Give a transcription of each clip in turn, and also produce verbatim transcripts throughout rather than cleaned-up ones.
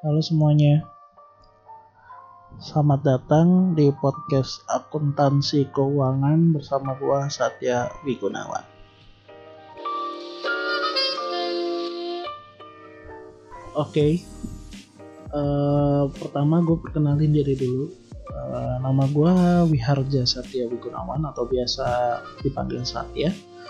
Halo semuanya, selamat datang di podcast Akuntansi Keuangan bersama gua Satya Wigunawan. Oke, okay. uh, pertama gue perkenalin diri dulu. Uh, nama gue Wiharja Satya Wigunawan atau biasa dipanggil Satya.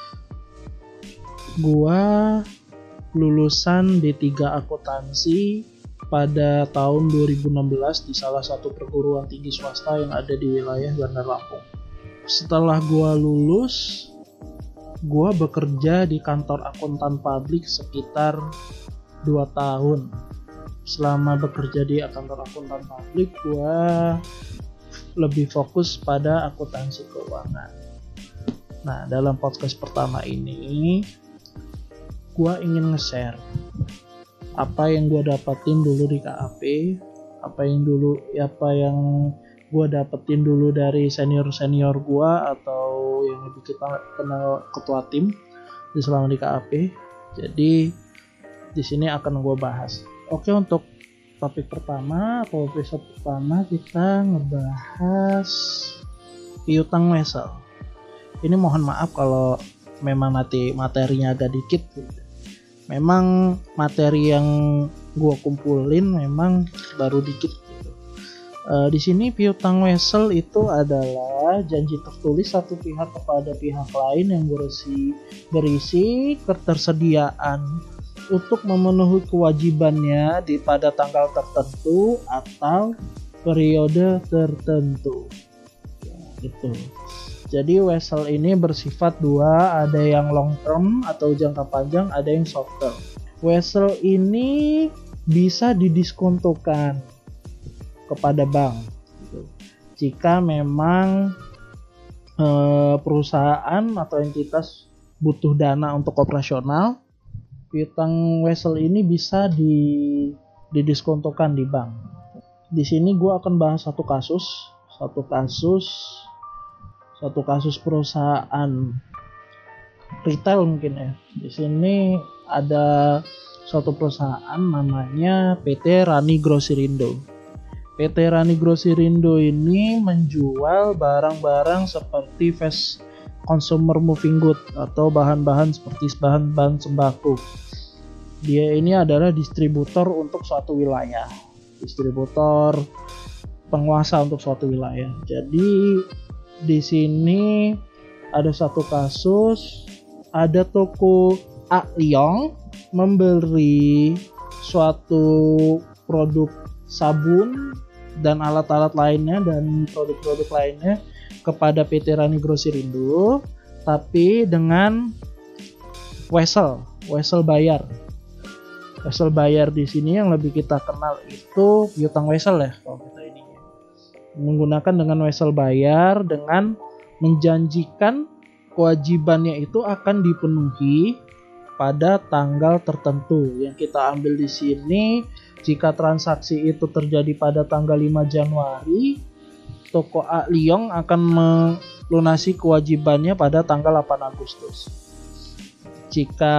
Gua lulusan D tiga Akuntansi pada tahun dua ribu enam belas di salah satu perguruan tinggi swasta yang ada di wilayah Bandar Lampung. Setelah gua lulus, gua bekerja di kantor akuntan publik sekitar dua tahun. Selama bekerja di kantor akuntan publik, gua lebih fokus pada akuntansi keuangan. Nah, dalam podcast pertama ini, gua ingin nge-share apa yang gue dapetin dulu di K A P, apa yang dulu, apa yang gue dapetin dulu dari senior senior gue atau yang lebih kita kenal ketua tim di selama di K A P. Jadi di sini akan gue bahas. Oke, untuk topik pertama atau episode pertama kita ngebahas piutang wesel. Ini mohon maaf kalau memang nanti materinya agak dikit gitu. Memang materi yang gue kumpulin memang baru dikit gitu. E, di sini piutang wesel itu adalah janji tertulis satu pihak kepada pihak lain yang berisi, berisi ketersediaan untuk memenuhi kewajibannya di pada tanggal tertentu atau periode tertentu. Ya, gitu. Jadi wesel ini bersifat dua, ada yang long term atau jangka panjang, ada yang short term. Wesel ini bisa didiskontokan kepada bank. Gitu. Jika memang e, perusahaan atau entitas butuh dana untuk operasional, piutang wesel ini bisa di, didiskontokan di bank. Di sini gue akan bahas satu kasus, satu kasus. Satu kasus perusahaan retail mungkin ya. Di sini ada suatu perusahaan namanya P T Rani Grosirindo. P T Rani Grosirindo ini menjual barang-barang seperti fast consumer moving good atau bahan-bahan seperti bahan-bahan sembako. Dia ini adalah distributor untuk suatu wilayah. Distributor penguasa untuk suatu wilayah. Jadi di sini ada satu kasus, ada toko A Liong memberi suatu produk sabun dan alat-alat lainnya dan produk-produk lainnya kepada P T Rani Grosirindo, tapi dengan wesel, wesel bayar. Wesel bayar di sini yang lebih kita kenal itu piutang wesel ya kalau kita ini. Menggunakan dengan wesel bayar dengan menjanjikan kewajibannya itu akan dipenuhi pada tanggal tertentu. Yang kita ambil di sini, jika transaksi itu terjadi pada tanggal lima Januari, toko A Liong akan melunasi kewajibannya pada tanggal delapan Agustus. Jika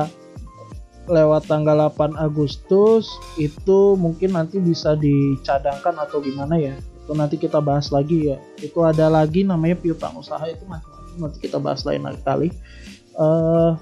lewat tanggal delapan Agustus itu mungkin nanti bisa dicadangkan atau gimana ya. Itu nanti kita bahas lagi ya. Itu ada lagi namanya piutang usaha, itu macam-macam. Nanti kita bahas lain kali. Uh,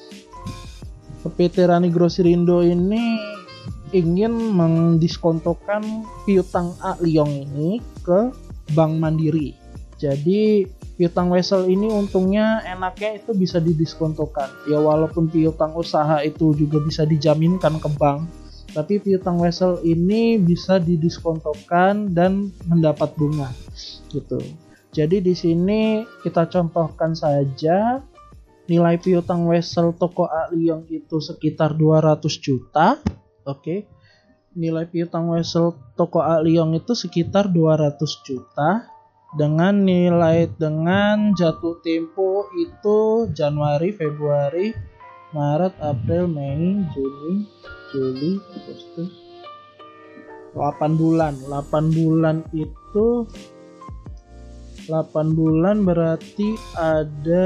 P T Rani Grosirindo ini ingin mendiskontokan piutang A Liong ini ke Bank Mandiri. Jadi piutang wesel ini untungnya enaknya itu bisa didiskontokan. Ya walaupun piutang usaha itu juga bisa dijaminkan ke bank, tapi piutang wesel ini bisa didiskontokan dan mendapat bunga gitu. Jadi di sini kita contohkan saja nilai piutang wesel toko A Liong itu sekitar dua ratus juta. Oke. Nilai piutang wesel toko A Liong itu sekitar dua ratus juta dengan nilai dengan jatuh tempo itu Januari, Februari, Maret, April, Mei, Juni, Juli, Agustus, delapan bulan. delapan bulan itu delapan bulan berarti ada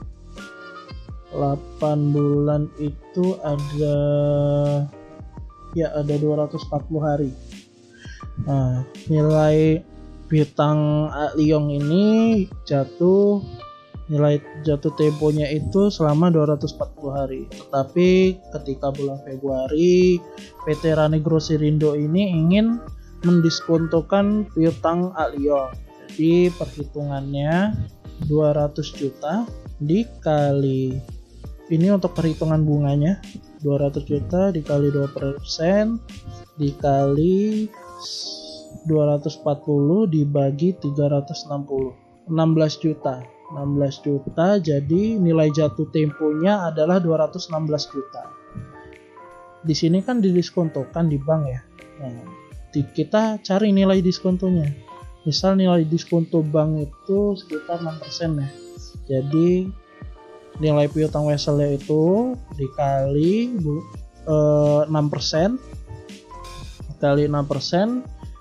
delapan bulan itu ada Ya, ada dua ratus empat puluh hari. Nah, nilai piutang Aliong ini jatuh nilai jatuh temponya itu selama dua ratus empat puluh hari. Tetapi ketika bulan Februari, P T Rani Grosirindo ini ingin mendiskontokan piutang Aliong. Jadi perhitungannya dua ratus juta dikali, ini untuk perhitungan bunganya, dua ratus juta dikali dua persen dikali dua ratus empat puluh dibagi tiga ratus enam puluh, enam belas juta. enam belas juta, jadi nilai jatuh temponya adalah dua ratus enam belas juta. Di sini kan didiskontokan di bank ya. Nah, kita cari nilai diskontonya. Misal nilai diskonto bank itu sekitar enam persen ya. Jadi nilai piutang Weselnya itu dikali eh, enam persen dikali enam persen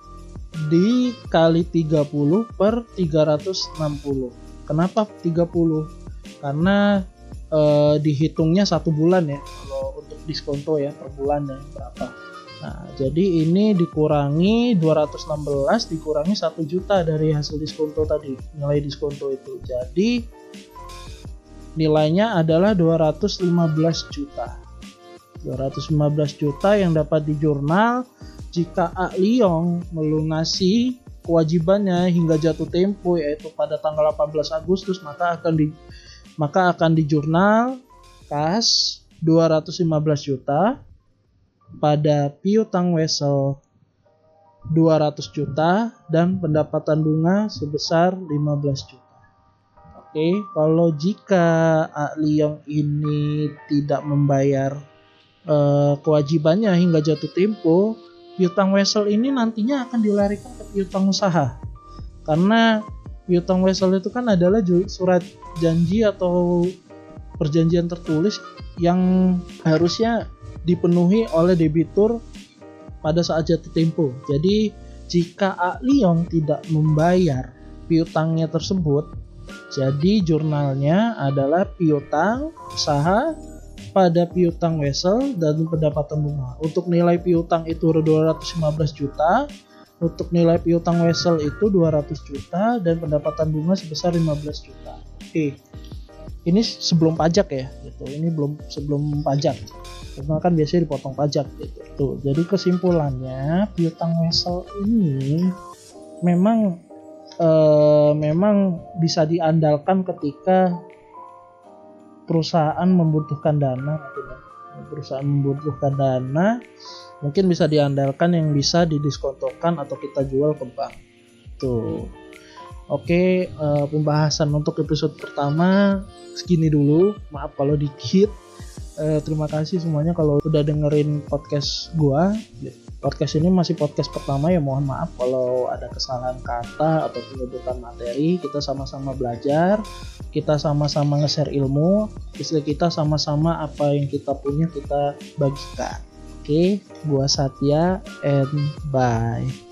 dikali tiga puluh per tiga ratus enam puluh. Kenapa tiga puluh? Karena eh, dihitungnya satu bulan ya. Kalau untuk diskonto ya, per bulan ya berapa. Nah, jadi ini dikurangi dua ratus enam belas dikurangi satu juta dari hasil diskonto tadi, nilai diskonto itu. Jadi nilainya adalah dua ratus lima belas juta. dua ratus lima belas juta yang dapat dijurnal jika Aliong melunasi kewajibannya hingga jatuh tempo yaitu pada tanggal delapan belas Agustus, maka akan di maka akan dijurnal kas dua ratus lima belas juta pada piutang Wesel dua ratus juta dan pendapatan bunga sebesar lima belas juta. Oke, kalau jika Aliong ini tidak membayar eh, kewajibannya hingga jatuh tempo, piutang Wesel ini nantinya akan dilarikan ke piutang usaha. Karena piutang Wesel itu kan adalah surat janji atau perjanjian tertulis yang harusnya dipenuhi oleh debitur pada saat jatuh tempo. Jadi jika Aliong tidak membayar piutangnya tersebut, jadi jurnalnya adalah piutang usaha pada piutang Wesel dan pendapatan bunga. Untuk nilai piutang itu dua ratus lima belas juta, untuk nilai piutang Wesel itu dua ratus juta dan pendapatan bunga sebesar lima belas juta. Oke. Ini sebelum pajak ya, gitu. Ini belum sebelum pajak. Karena kan biasanya dipotong pajak gitu. Tuh, jadi kesimpulannya piutang Wesel ini memang eh, memang bisa diandalkan ketika perusahaan membutuhkan dana, gitu. Perusahaan membutuhkan dana mungkin bisa diandalkan yang bisa didiskontokan atau kita jual ke bank. Tuh. Oke, uh, pembahasan untuk episode pertama segini dulu. Maaf kalau dikit. Uh, terima kasih semuanya kalau udah dengerin podcast gua. Podcast ini masih podcast pertama ya, mohon maaf kalau ada kesalahan kata atau penyebutan materi. Kita sama-sama belajar, kita sama-sama nge-share ilmu, istilah kita sama-sama apa yang kita punya kita bagikan. Oke, gua Satya and bye.